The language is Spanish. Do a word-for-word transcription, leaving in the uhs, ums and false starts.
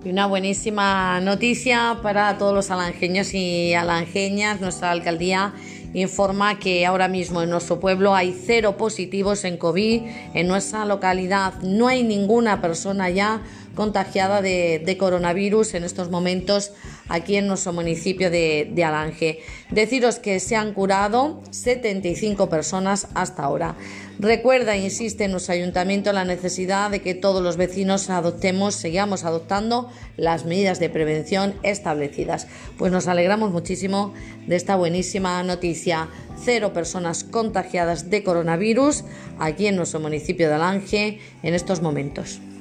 Y una buenísima noticia para todos los alangeños y alangeñas. Nuestra alcaldía informa que ahora mismo en nuestro pueblo hay cero positivos en COVID. En nuestra localidad no hay ninguna persona ya contagiada de, de coronavirus en estos momentos aquí en nuestro municipio de, de Alange. Deciros que se han curado setenta y cinco personas hasta ahora. Recuerda, insiste en nuestro ayuntamiento la necesidad de que todos los vecinos adoptemos, sigamos adoptando las medidas de prevención establecidas. Pues nos alegramos muchísimo de esta buenísima noticia. Cero personas contagiadas de coronavirus aquí en nuestro municipio de Alange en estos momentos.